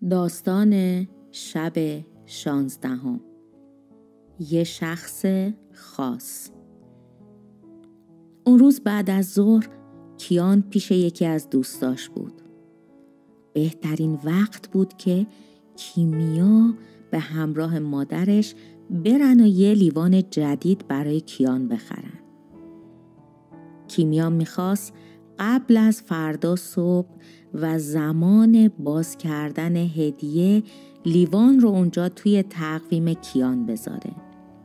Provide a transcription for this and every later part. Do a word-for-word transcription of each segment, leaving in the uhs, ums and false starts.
داستان شب شانزدهم. یه شخص خاص. اون روز بعد از ظهر کیان پیش یکی از دوستاش بود. بهترین وقت بود که کیمیا به همراه مادرش برن و یه لیوان جدید برای کیان بخرن. کیمیا میخواست قبل از فردا صبح و زمان باز کردن هدیه لیوان رو اونجا توی تقویم کیان بذاره.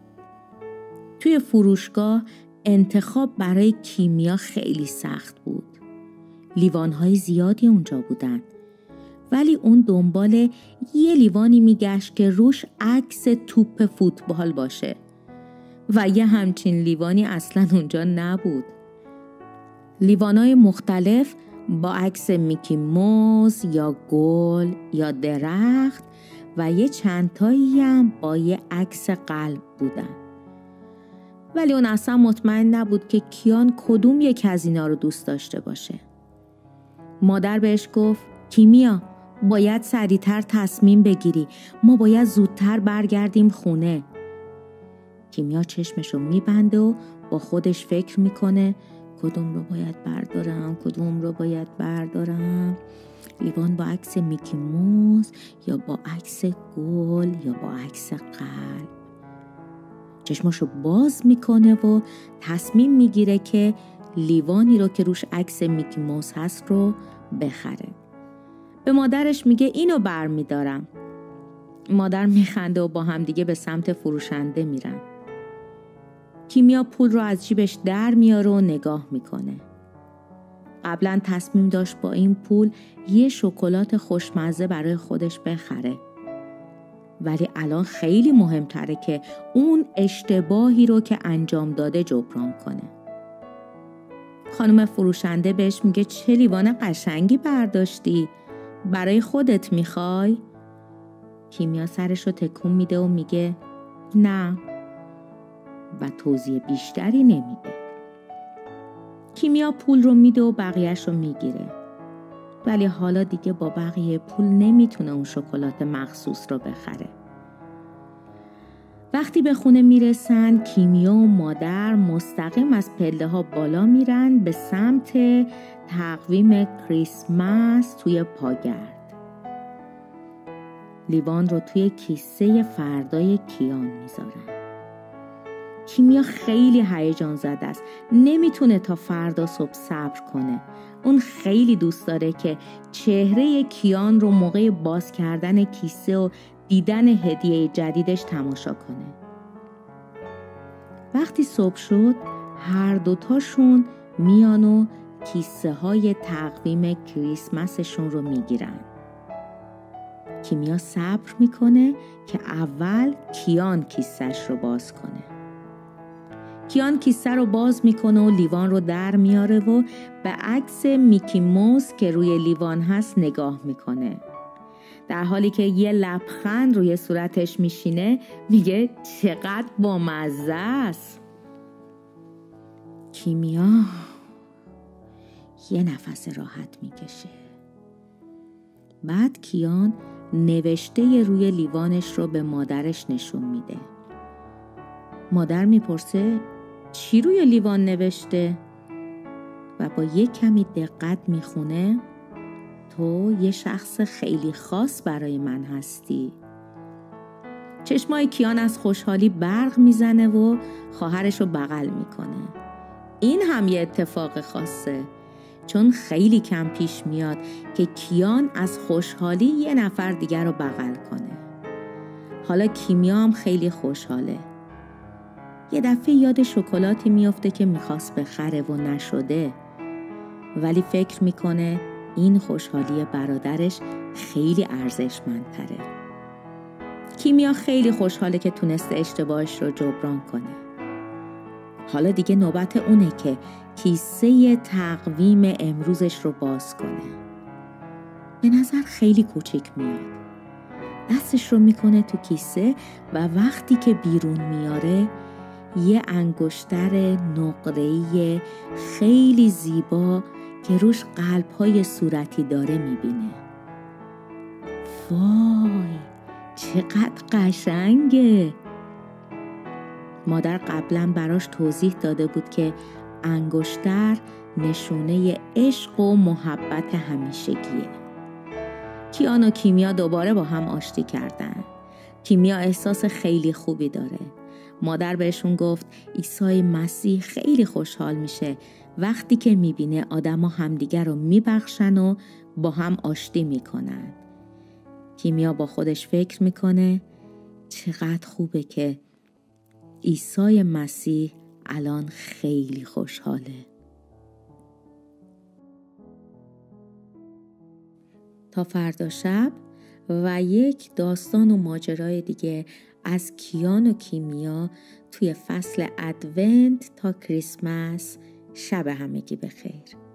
توی فروشگاه انتخاب برای کیمیا خیلی سخت بود. لیوان‌های زیادی اونجا بودن، ولی اون دنبال یه لیوانی میگشت که روش عکس توپ فوتبال باشه و یه همچین لیوانی اصلا اونجا نبود. لیوانای مختلف با عکس میکی موز یا گل یا درخت و یه چند تایی هم با یه عکس قلب بودن. ولی اون اصلا مطمئن نبود که کیان کدوم یک از اینا رو دوست داشته باشه. مادر بهش گفت کیمیا باید سریعتر تصمیم بگیری، ما باید زودتر برگردیم خونه. کیمیا چشمشو میبنده و با خودش فکر میکنه کدوم رو باید بردارم کدوم رو باید بردارم لیوان با عکس میکی موز یا با عکس گل یا با عکس قلب. چشمشو باز میکنه و تصمیم میگیره که لیوانی رو که روش عکس میکی موز هست رو بخره. به مادرش میگه اینو بر میدارم. مادر میخنده و با هم دیگه به سمت فروشنده میرن. کیمیا پول رو از جیبش در میاره و نگاه میکنه. قبلا تصمیم داشت با این پول یه شکلات خوشمزه برای خودش بخره. ولی الان خیلی مهمتره که اون اشتباهی رو که انجام داده جبران کنه. خانم فروشنده بهش میگه چه لیوان قشنگی برداشتی؟ برای خودت میخوای؟ کیمیا سرش رو تکون میده و میگه نه و توضیح بیشتری نمیده. کیمیا پول رو میده و بقیهش رو میگیره. ولی حالا دیگه با بقیه پول نمیتونه اون شکلات مخصوص رو بخره. وقتی به خونه میرسن کیمیا و مادر مستقیم از پله ها بالا میرن به سمت تقویم کریسمس توی پاگرد. لیوان رو توی کیسه فردای کیان میذارن. کیمیا خیلی هیجان زده است. نمیتونه تا فردا صبح صبر کنه. اون خیلی دوست داره که چهره کیان رو موقع باز کردن کیسه و دیدن هدیه جدیدش تماشا کنه. وقتی صبح شد هر دوتاشون میان و کیسه های تقویم کریسمسشون رو میگیرن. کیمیا صبر میکنه که اول کیان کیسهش رو باز کنه. کیان کیسه رو باز میکنه و لیوان رو در میاره و به عکس میکی موز که روی لیوان هست نگاه میکنه. در حالی که یه لبخند روی صورتش میشینه میگه چقدر بامزه است. کیمیا یه نفس راحت میکشه. بعد کیان نوشته روی لیوانش رو به مادرش نشون میده. مادر میپرسه چی روی لیوان نوشته؟ و با یک کمی دقت میخونه تو یه شخص خیلی خاص برای من هستی. چشمای کیان از خوشحالی برق میزنه و خواهرش رو بغل میکنه. این هم یه اتفاق خاصه، چون خیلی کم پیش میاد که کیان از خوشحالی یه نفر دیگر رو بغل کنه. حالا کیمیا هم خیلی خوشحاله. یه دفعه یاد شکلاتی میفته که میخواست بخره و نشده، ولی فکر میکنه این خوشحالی برادرش خیلی ارزشمندتره. کیمیا خیلی خوشحاله که تونسته اشتباهش رو جبران کنه. حالا دیگه نوبت اونه که کیسه تقویم امروزش رو باز کنه. به نظر خیلی کوچیک میاد. دستش رو میکنه تو کیسه و وقتی که بیرون میاره یه انگشتر نقره‌ای خیلی زیبا که روش قلب‌های صورتی داره میبینه. وای چقدر قشنگه. مادر قبلا براش توضیح داده بود که انگشتر نشونه عشق و محبت همیشگیه. کیان و کیمیا دوباره با هم آشتی کردن. کیمیا احساس خیلی خوبی داره. مادر بهشون گفت عیسی مسیح خیلی خوشحال میشه وقتی که میبینه آدما همدیگر رو میبخشن و با هم آشتی میکنن. کیمیا با خودش فکر میکنه چقدر خوبه که عیسی مسیح الان خیلی خوشحاله. تا فردا شب و یک داستان و ماجرای دیگه از کیان و کیمیا توی فصل ادونت تا کریسمس. شب همگی بخیر.